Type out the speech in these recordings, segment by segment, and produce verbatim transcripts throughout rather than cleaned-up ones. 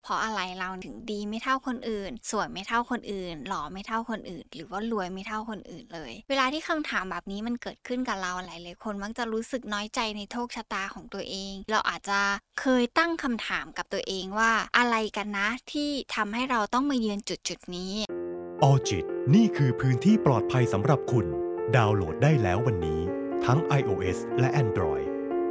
ราะอะไรเราถึงดีไม่เท่าคนอื่นสวยไม่เท่าคนอื่นหล่อไม่เท่าคนอื่นหรือว่ารวยไม่เท่าคนอื่นเลยเวลาที่คำถามแบบนี้มันเกิดขึ้นกับเราหลายๆคนมักจะรู้สึกน้อยใจในโชคชะตาของตัวเองเราอาจจะเคยตั้งคำถามกับตัวเองว่าอะไรกันนะที่ทำให้เราต้องมายืนจุดๆนี้ออจิตนี่คือพื้นที่ปลอดภัยสำหรับคุณดาวน์โหลดได้แล้ววันนี้ทั้ง iOS และ Android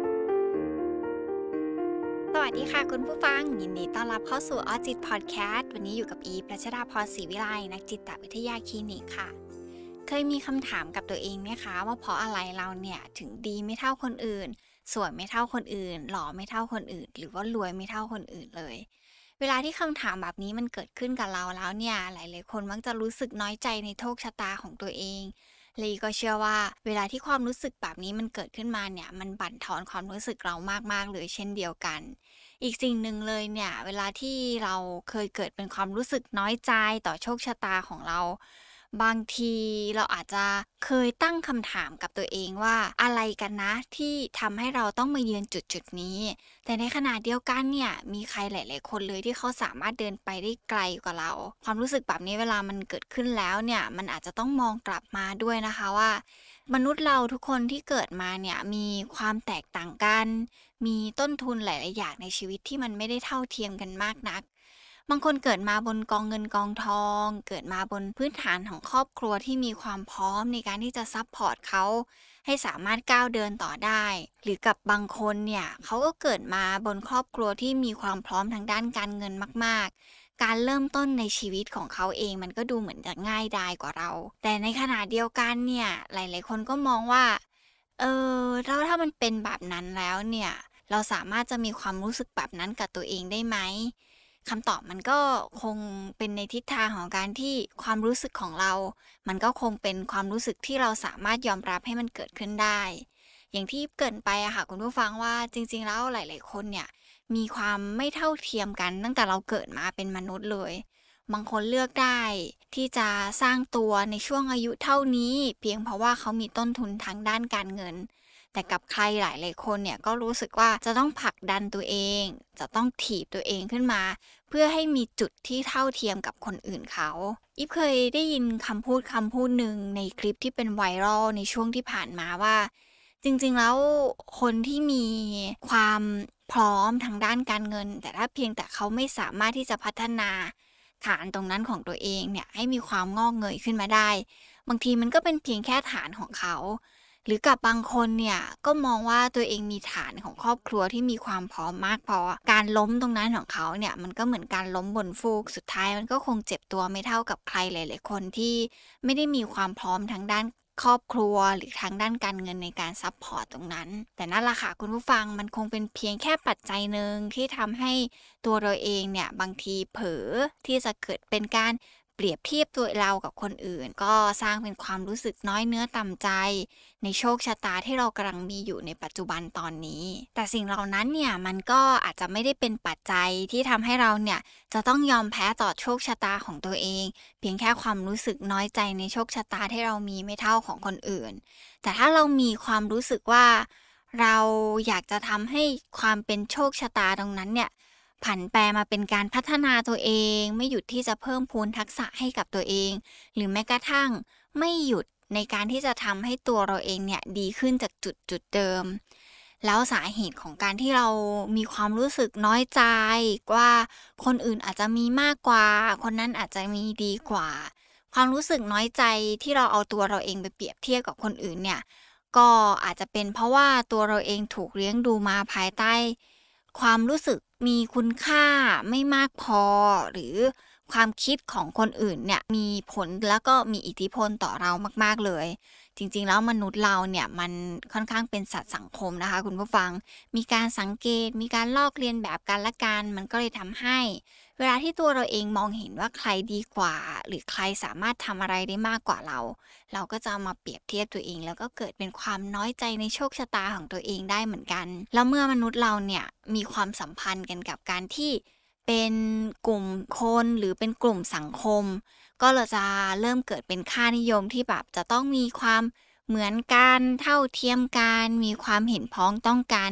สวัสดีค่ะคุณผู้ฟังยินดีต้อนรับเข้าสู่ออจิตพอดแคสต์วันนี้อยู่กับอีฟรัชดาพรศรีวิไลนักจิตวิทยาคลินิกค่ะเคยมีคำถามกับตัวเองไหมคะว่าเพราะอะไรเราเนี่ยถึงดีไม่เท่าคนอื่นสวยไม่เท่าคนอื่นหล่อไม่เท่าคนอื่นหรือว่ารวยไม่เท่าคนอื่นเลยเวลาที่คำถามแบบนี้มันเกิดขึ้นกับเราแล้วเนี่ยหลายๆคนมักจะรู้สึกน้อยใจในโชคชะตาของตัวเองลีก็เชื่อว่าเวลาที่ความรู้สึกแบบนี้มันเกิดขึ้นมาเนี่ยมันบั่นทอนความรู้สึกเรามากๆเลยเช่นเดียวกันอีกสิ่งหนึ่งเลยเนี่ยเวลาที่เราเคยเกิดเป็นความรู้สึกน้อยใจต่อโชคชะตาของเราบางทีเราอาจจะเคยตั้งคำถามกับตัวเองว่าอะไรกันนะที่ทำให้เราต้องมายืนจุดๆนี้แต่ในขณะเดียวกันเนี่ยมีใครหลายๆคนเลยที่เขาสามารถเดินไปได้ไกลกว่าเราความรู้สึกแบบนี้เวลามันเกิดขึ้นแล้วเนี่ยมันอาจจะต้องมองกลับมาด้วยนะคะว่ามนุษย์เราทุกคนที่เกิดมาเนี่ยมีความแตกต่างกันมีต้นทุนหลายๆอย่างในชีวิตที่มันไม่ได้เท่าเทียมกันมากนักบางคนเกิดมาบนกองเงินกองทองเกิดมาบนพื้นฐานของครอบครัวที่มีความพร้อมในการที่จะซัพพอร์ตเขาให้สามารถก้าวเดินต่อได้หรือกับบางคนเนี่ยเขาก็เกิดมาบนครอบครัวที่มีความพร้อมทางด้านการเงินมากๆการเริ่มต้นในชีวิตของเขาเองมันก็ดูเหมือนจะง่ายดายกว่าเราแต่ในขณะเดียวกันเนี่ยหลายๆคนก็มองว่าเออแล้วถ้ามันเป็นแบบนั้นแล้วเนี่ยเราสามารถจะมีความรู้สึกแบบนั้นกับตัวเองได้ไหมคำตอบมันก็คงเป็นในทิศทางของการที่ความรู้สึกของเรามันก็คงเป็นความรู้สึกที่เราสามารถยอมรับให้มันเกิดขึ้นได้อย่างที่เกริ่นไปอะค่ะคุณผู้ฟังว่าจริงๆแล้วหลายๆคนเนี่ยมีความไม่เท่าเทียมกันตั้งแต่เราเกิดมาเป็นมนุษย์เลยบางคนเลือกได้ที่จะสร้างตัวในช่วงอายุเท่านี้เพียงเพราะว่าเขามีต้นทุนทางด้านการเงินแต่กับใครหลายๆคนเนี่ยก็รู้สึกว่าจะต้องผลักดันตัวเองจะต้องถีบตัวเองขึ้นมาเพื่อให้มีจุดที่เท่าเทียมกับคนอื่นเขาอีฟเคยได้ยินคำพูดคำพูดหนึ่งในคลิปที่เป็นไวรัลในช่วงที่ผ่านมาว่าจริงๆแล้วคนที่มีความพร้อมทางด้านการเงินแต่ถ้าเพียงแต่เขาไม่สามารถที่จะพัฒนาฐานตรงนั้นของตัวเองเนี่ยให้มีความงอกเงยขึ้นมาได้บางทีมันก็เป็นเพียงแค่ฐานของเขาหรือกับบางคนเนี่ยก็มองว่าตัวเองมีฐานของครอบครัวที่มีความพร้อมมากพอการล้มตรงนั้นของเขาเนี่ยมันก็เหมือนการล้มบนฟูกสุดท้ายมันก็คงเจ็บตัวไม่เท่ากับใครหลายๆคนที่ไม่ได้มีความพร้อมทางด้านครอบครัวหรือทางด้านการเงินในการซัปพอร์ตตรงนั้นแต่นั่นแหละค่ะคุณผู้ฟังมันคงเป็นเพียงแค่ปัจจัยหนึ่งที่ทำให้ตัวเราเองเนี่ยบางทีเผลอที่จะเกิดเป็นการเปรียบเทียบตัวเรากับคนอื่นก็สร้างเป็นความรู้สึกน้อยเนื้อต่ำใจในโชคชะตาที่เรากำลังมีอยู่ในปัจจุบันตอนนี้แต่สิ่งเหล่านั้นเนี่ยมันก็อาจจะไม่ได้เป็นปัจจัยที่ทำให้เราเนี่ยจะต้องยอมแพ้ต่อโชคชะตาของตัวเองเพียงแค่ความรู้สึกน้อยใจในโชคชะตาที่เรามีไม่เท่าของคนอื่นแต่ถ้าเรามีความรู้สึกว่าเราอยากจะทำให้ความเป็นโชคชะตาตรงนั้นเนี่ยผันแปรมาเป็นการพัฒนาตัวเองไม่หยุดที่จะเพิ่มพูนทักษะให้กับตัวเองหรือแม้กระทั่งไม่หยุดในการที่จะทำให้ตัวเราเองเนี่ยดีขึ้นจากจุดจุดเดิมแล้วสาเหตุของการที่เรามีความรู้สึกน้อยใจว่าคนอื่นอาจจะมีมากกว่าคนนั้นอาจจะมีดีกว่าความรู้สึกน้อยใจที่เราเอาตัวเราเองไปเปรียบเทียบกับคนอื่นเนี่ยก็อาจจะเป็นเพราะว่าตัวเราเองถูกเลี้ยงดูมาภายใต้ความรู้สึกมีคุณค่าไม่มากพอหรือความคิดของคนอื่นเนี่ยมีผลแล้วก็มีอิทธิพลต่อเรามากๆเลยจริงๆแล้วมนุษย์เราเนี่ยมันค่อนข้างเป็นสัตว์สังคมนะคะคุณผู้ฟังมีการสังเกตมีการลอกเลียนแบบกันและกันมันก็เลยทำให้เวลาที่ตัวเราเองมองเห็นว่าใครดีกว่าหรือใครสามารถทำอะไรได้มากกว่าเราเราก็จะมาเปรียบเทียบตัวเองแล้วก็เกิดเป็นความน้อยใจในโชคชะตาของตัวเองได้เหมือนกันแล้วเมื่อมนุษย์เราเนี่ยมีความสัมพันธ์กันกับการที่เป็นกลุ่มคนหรือเป็นกลุ่มสังคมก็เราจะเริ่มเกิดเป็นค่านิยมที่แบบจะต้องมีความเหมือนกันเท่าเทียมกันมีความเห็นพ้องต้องกัน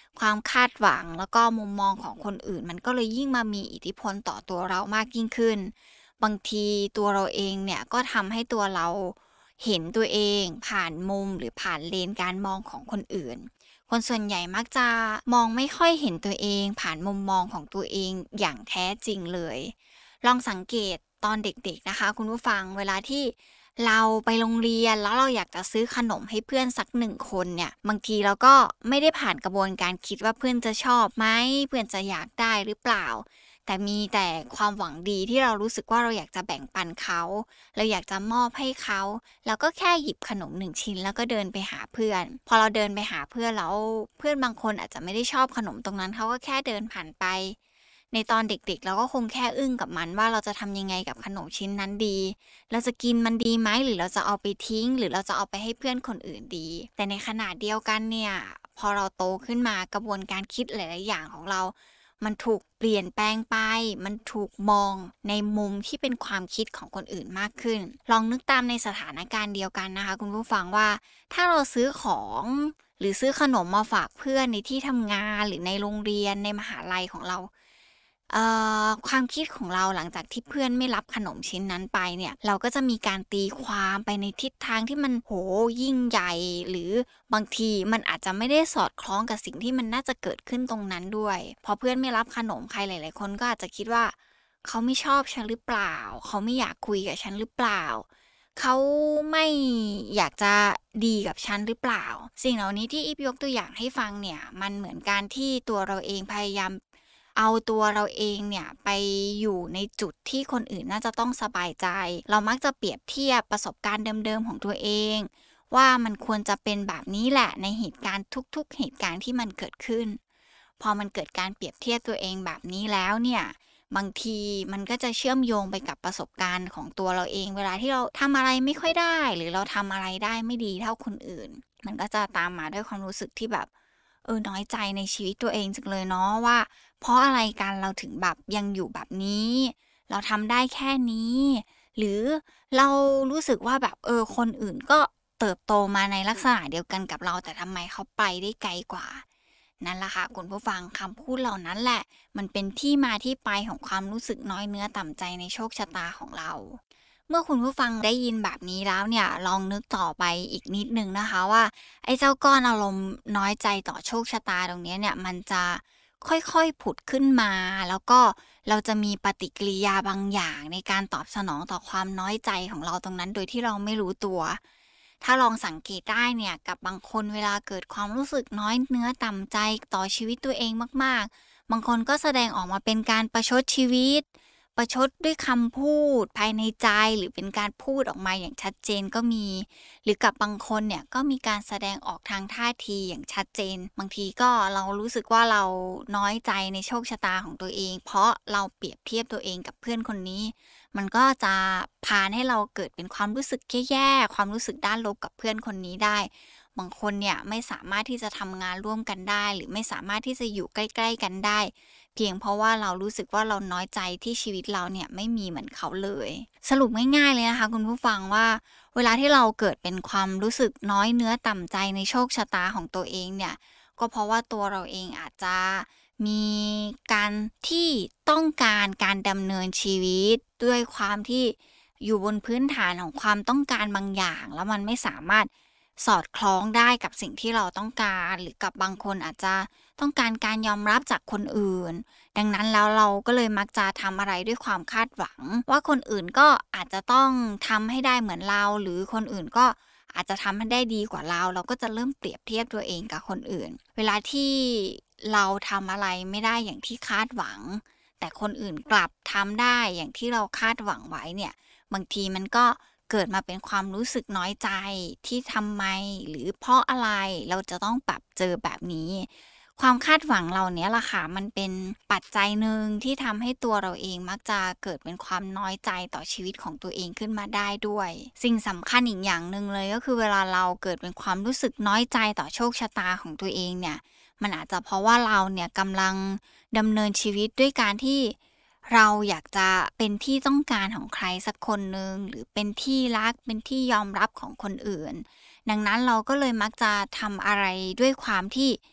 ความคาดหวังแล้วก็มุมมองของคนอื่นมันก็เลยยิ่งมามีอิทธิพลต่อตัวเรามากยิ่งขึ้นบางทีตัวเราเองเนี่ยก็ทำให้ตัวเราเห็นตัวเองผ่านมุมหรือผ่านเลนการมองของคนอื่นคนส่วนใหญ่มักจะมองไม่ค่อยเห็นตัวเองผ่านมุมมองของตัวเองอย่างแท้จริงเลยลองสังเกตตอนเด็กๆนะคะคุณผู้ฟังเวลาที่เราไปโรงเรียนแล้วเราอยากจะซื้อขนมให้เพื่อนสักหนึ่งคนเนี่ยบางทีเราก็ไม่ได้ผ่านกระบวนการคิดว่าเพื่อนจะชอบไหมเพื่อนจะอยากได้หรือเปล่าแต่มีแต่ความหวังดีที่เรารู้สึกว่าเราอยากจะแบ่งปันเขาเราอยากจะมอบให้เขาเราก็แค่หยิบขนมหนึ่งชิ้นแล้วก็เดินไปหาเพื่อนพอเราเดินไปหาเพื่อนแล้วเพื่อนบางคนอาจจะไม่ได้ชอบขนมตรงนั้นเขาก็แค่เดินผ่านไปในตอนเด็กๆเราก็คงแค่อึ้งกับมันว่าเราจะทำยังไงกับขนมชิ้นนั้นดีเราจะกินมันดีไหมหรือเราจะเอาไปทิ้งหรือเราจะเอาไปให้เพื่อนคนอื่นดีแต่ในขณะเดียวกันเนี่ยพอเราโตขึ้นมากระบวนการคิดหลายๆอย่างของเรามันถูกเปลี่ยนแปลงไปมันถูกมองในมุมที่เป็นความคิดของคนอื่นมากขึ้นลองนึกตามในสถานการณ์เดียวกันนะคะคุณผู้ฟังว่าถ้าเราซื้อของหรือซื้อขนมมาฝากเพื่อนในที่ทำงานหรือในโรงเรียนในมหาลัยของเราเอ่อความคิดของเราหลังจากที่เพื่อนไม่รับขนมชิ้นนั้นไปเนี่ยเราก็จะมีการตีความไปในทิศทางที่มันโหยิ่งใหญ่หรือบางทีมันอาจจะไม่ได้สอดคล้องกับสิ่งที่มันน่าจะเกิดขึ้นตรงนั้นด้วยพอเพื่อนไม่รับขนมใครหลายๆคนก็อาจจะคิดว่าเขาไม่ชอบฉันหรือเปล่าเขาไม่อยากคุยกับฉันหรือเปล่าเขาไม่อยากจะดีกับฉันหรือเปล่าสิ่งเหล่านี้ที่อีฟยกตัวอย่างให้ฟังเนี่ยมันเหมือนการที่ตัวเราเองพยายามเอาตัวเราเองเนี่ยไปอยู่ในจุดที่คนอื่นน่าจะต้องสบายใจเรามักจะเปรียบเทียบประสบการณ์เดิมๆของตัวเองว่ามันควรจะเป็นแบบนี้แหละในเหตุการณ์ทุกๆเหตุการณ์ที่มันเกิดขึ้นพอมันเกิดการเปรียบเทียบตัวเองแบบนี้แล้วเนี่ยบางทีมันก็จะเชื่อมโยงไปกับประสบการณ์ของตัวเราเองเวลาที่เราทำอะไรไม่ค่อยได้หรือเราทำอะไรได้ไม่ดีเท่าคนอื่นมันก็จะตามมาด้วยความรู้สึกที่แบบเออน้อยใจในชีวิตตัวเองจังเลยเนาะว่าเพราะอะไรกันเราถึงแบบยังอยู่แบบนี้เราทำได้แค่นี้หรือเรารู้สึกว่าแบบเออคนอื่นก็เติบโตมาในลักษณะเดียวกันกับเราแต่ทำไมเขาไปได้ไกลกว่านั่นแหละค่ะคุณผู้ฟังคำพูดเหล่านั้นแหละมันเป็นที่มาที่ไปของความรู้สึกน้อยเนื้อต่ำใจในโชคชะตาของเราเมื่อคุณผู้ฟังได้ยินแบบนี้แล้วเนี่ยลองนึกต่อไปอีกนิดนึงนะคะว่าไอ้เจ้าก้อนอารมณ์น้อยใจต่อโชคชะตาตรงนี้เนี่ยมันจะค่อยๆผุดขึ้นมาแล้วก็เราจะมีปฏิกิริยาบางอย่างในการตอบสนองต่อความน้อยใจของเราตรงนั้นโดยที่เราไม่รู้ตัวถ้าลองสังเกตได้เนี่ยกับบางคนเวลาเกิดความรู้สึกน้อยเนื้อต่ำใจต่อชีวิตตัวเองมากๆบางคนก็แสดงออกมาเป็นการประชดชีวิตประชดด้วยคำพูดภายในใจหรือเป็นการพูดออกมาอย่างชัดเจนก็มีหรือกับบางคนเนี่ยก็มีการแสดงออกทางท่าทีอย่างชัดเจนบางทีก็เรารู้สึกว่าเราน้อยใจในโชคชะตาของตัวเองเพราะเราเปรียบเทียบตัวเองกับเพื่อนคนนี้มันก็จะพาให้เราเกิดเป็นความรู้สึกแย่ๆความรู้สึกด้านลบกับเพื่อนคนนี้ได้บางคนเนี่ยไม่สามารถที่จะทำงานร่วมกันได้หรือไม่สามารถที่จะอยู่ใกล้ๆกันได้เพียงเพราะว่าเรารู้สึกว่าเราน้อยใจที่ชีวิตเราเนี่ยไม่มีเหมือนเขาเลยสรุปง่ายๆเลยนะคะคุณผู้ฟังว่าเวลาที่เราเกิดเป็นความรู้สึกน้อยเนื้อต่ำใจในโชคชะตาของตัวเองเนี่ยก็เพราะว่าตัวเราเองอาจจะมีการที่ต้องการการดำเนินชีวิตด้วยความที่อยู่บนพื้นฐานของความต้องการบางอย่างแล้วมันไม่สามารถสอดคล้องได้กับสิ่งที่เราต้องการหรือกับบางคนอาจจะต้องการการยอมรับจากคนอื่นดังนั้นแล้วเราก็เลยมักจะทำอะไรด้วยความคาดหวังว่าคนอื่นก็อาจจะต้องทำให้ได้เหมือนเราหรือคนอื่นก็อาจจะทำให้ได้ดีกว่าเราเราก็จะเริ่มเปรียบเทียบตัวเองกับคนอื่นเวลาที่เราทำอะไรไม่ได้อย่างที่คาดหวังแต่คนอื่นกลับทำได้อย่างที่เราคาดหวังไว้เนี่ยบางทีมันก็เกิดมาเป็นความรู้สึกน้อยใจที่ทำไมหรือเพราะอะไรเราจะต้องปรับเจอแบบนี้ความคาดหวังเราเนี้ยล่ะค่ะมันเป็นปัจจัยหนึ่งที่ทำให้ตัวเราเองมักจะเกิดเป็นความน้อยใจต่อชีวิตของตัวเองขึ้นมาได้ด้วยสิ่งสำคัญอีกอย่างหนึ่งเลยก็คือเวลาเราเกิดเป็นความรู้สึกน้อยใจต่อโชคชะตาของตัวเองเนี่ยมันอาจจะเพราะว่าเราเนี่ยกำลังดำเนินชีวิตด้วยการที่เราอยากจะเป็นที่ต้องการของใครสักคนหนึ่งหรือเป็นที่รักเป็นที่ยอมรับของคนอื่นดังนั้นเราก็เลยมักจะทำอะไรด้วยความที่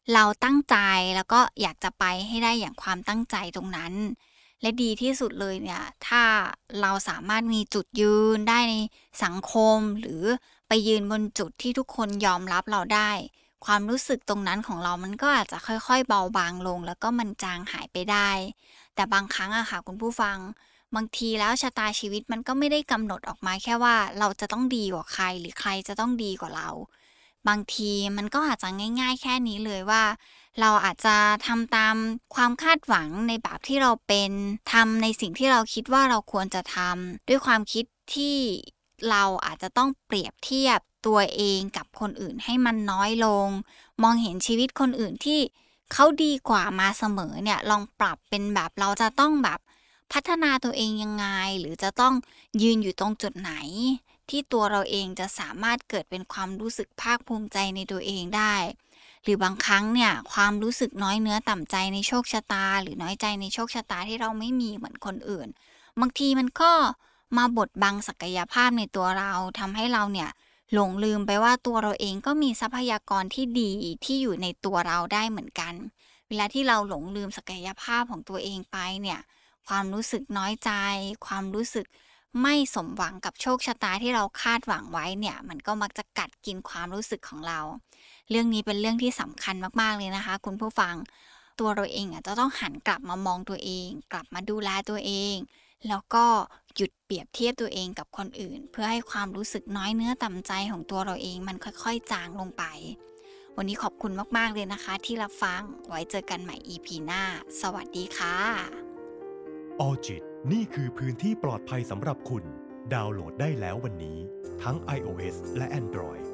เราตั้งใจแล้วก็อยากจะไปให้ได้อย่างความตั้งใจตรงนั้นและดีที่สุดเลยเนี่ยถ้าเราสามารถมีจุดยืนได้ในสังคมหรือไปยืนบนจุดที่ทุกคนยอมรับเราได้ความรู้สึกตรงนั้นของเรามันก็อาจจะค่อยๆเบาบางลงแล้วก็มันจางหายไปได้แต่บางครั้งอะค่ะคุณผู้ฟังบางทีแล้วชะตาชีวิตมันก็ไม่ได้กำหนดออกมาแค่ว่าเราจะต้องดีกว่าใครหรือใครจะต้องดีกว่าเราบางทีมันก็อาจจะง่ายๆแค่นี้เลยว่าเราอาจจะทำตามความคาดหวังในแบบที่เราเป็นทำในสิ่งที่เราคิดว่าเราควรจะทำด้วยความคิดที่เราอาจจะต้องเปรียบเทียบตัวเองกับคนอื่นให้มันน้อยลงมองเห็นชีวิตคนอื่นที่เขาดีกว่ามาเสมอเนี่ยลองปรับเป็นแบบเราจะต้องแบบพัฒนาตัวเองยังไงหรือจะต้องยืนอยู่ตรงจุดไหนที่ตัวเราเองจะสามารถเกิดเป็นความรู้สึกภาคภูมิใจในตัวเองได้หรือบางครั้งเนี่ยความรู้สึกน้อยเนื้อต่ำใจในโชคชะตาหรือน้อยใจในโชคชะตาที่เราไม่มีเหมือนคนอื่นบางทีมันก็มาบดบังศักยภาพในตัวเราทำให้เราเนี่ยหลงลืมไปว่าตัวเราเองก็มีทรัพยากรที่ดีที่อยู่ในตัวเราได้เหมือนกันเวลาที่เราหลงลืมศักยภาพของตัวเองไปเนี่ยความรู้สึกน้อยใจความรู้สึกไม่สมหวังกับโชคชะตาที่เราคาดหวังไว้เนี่ยมันก็มักจะกัดกินความรู้สึกของเราเรื่องนี้เป็นเรื่องที่สำคัญมากๆเลยนะคะคุณผู้ฟังตัวเราเองอ่ะจะต้องหันกลับมามองตัวเองกลับมาดูแลตัวเองแล้วก็หยุดเปรียบเทียบตัวเองกับคนอื่นเพื่อให้ความรู้สึกน้อยเนื้อต่ำใจของตัวเราเองมันค่อยๆจางลงไปวันนี้ขอบคุณมากๆเลยนะคะที่รับฟังไว้เจอกันใหม่ อี พี หน้าสวัสดีค่ะออจิตนี่คือพื้นที่ปลอดภัยสำหรับคุณดาวน์โหลดได้แล้ววันนี้ทั้ง iOS และ Android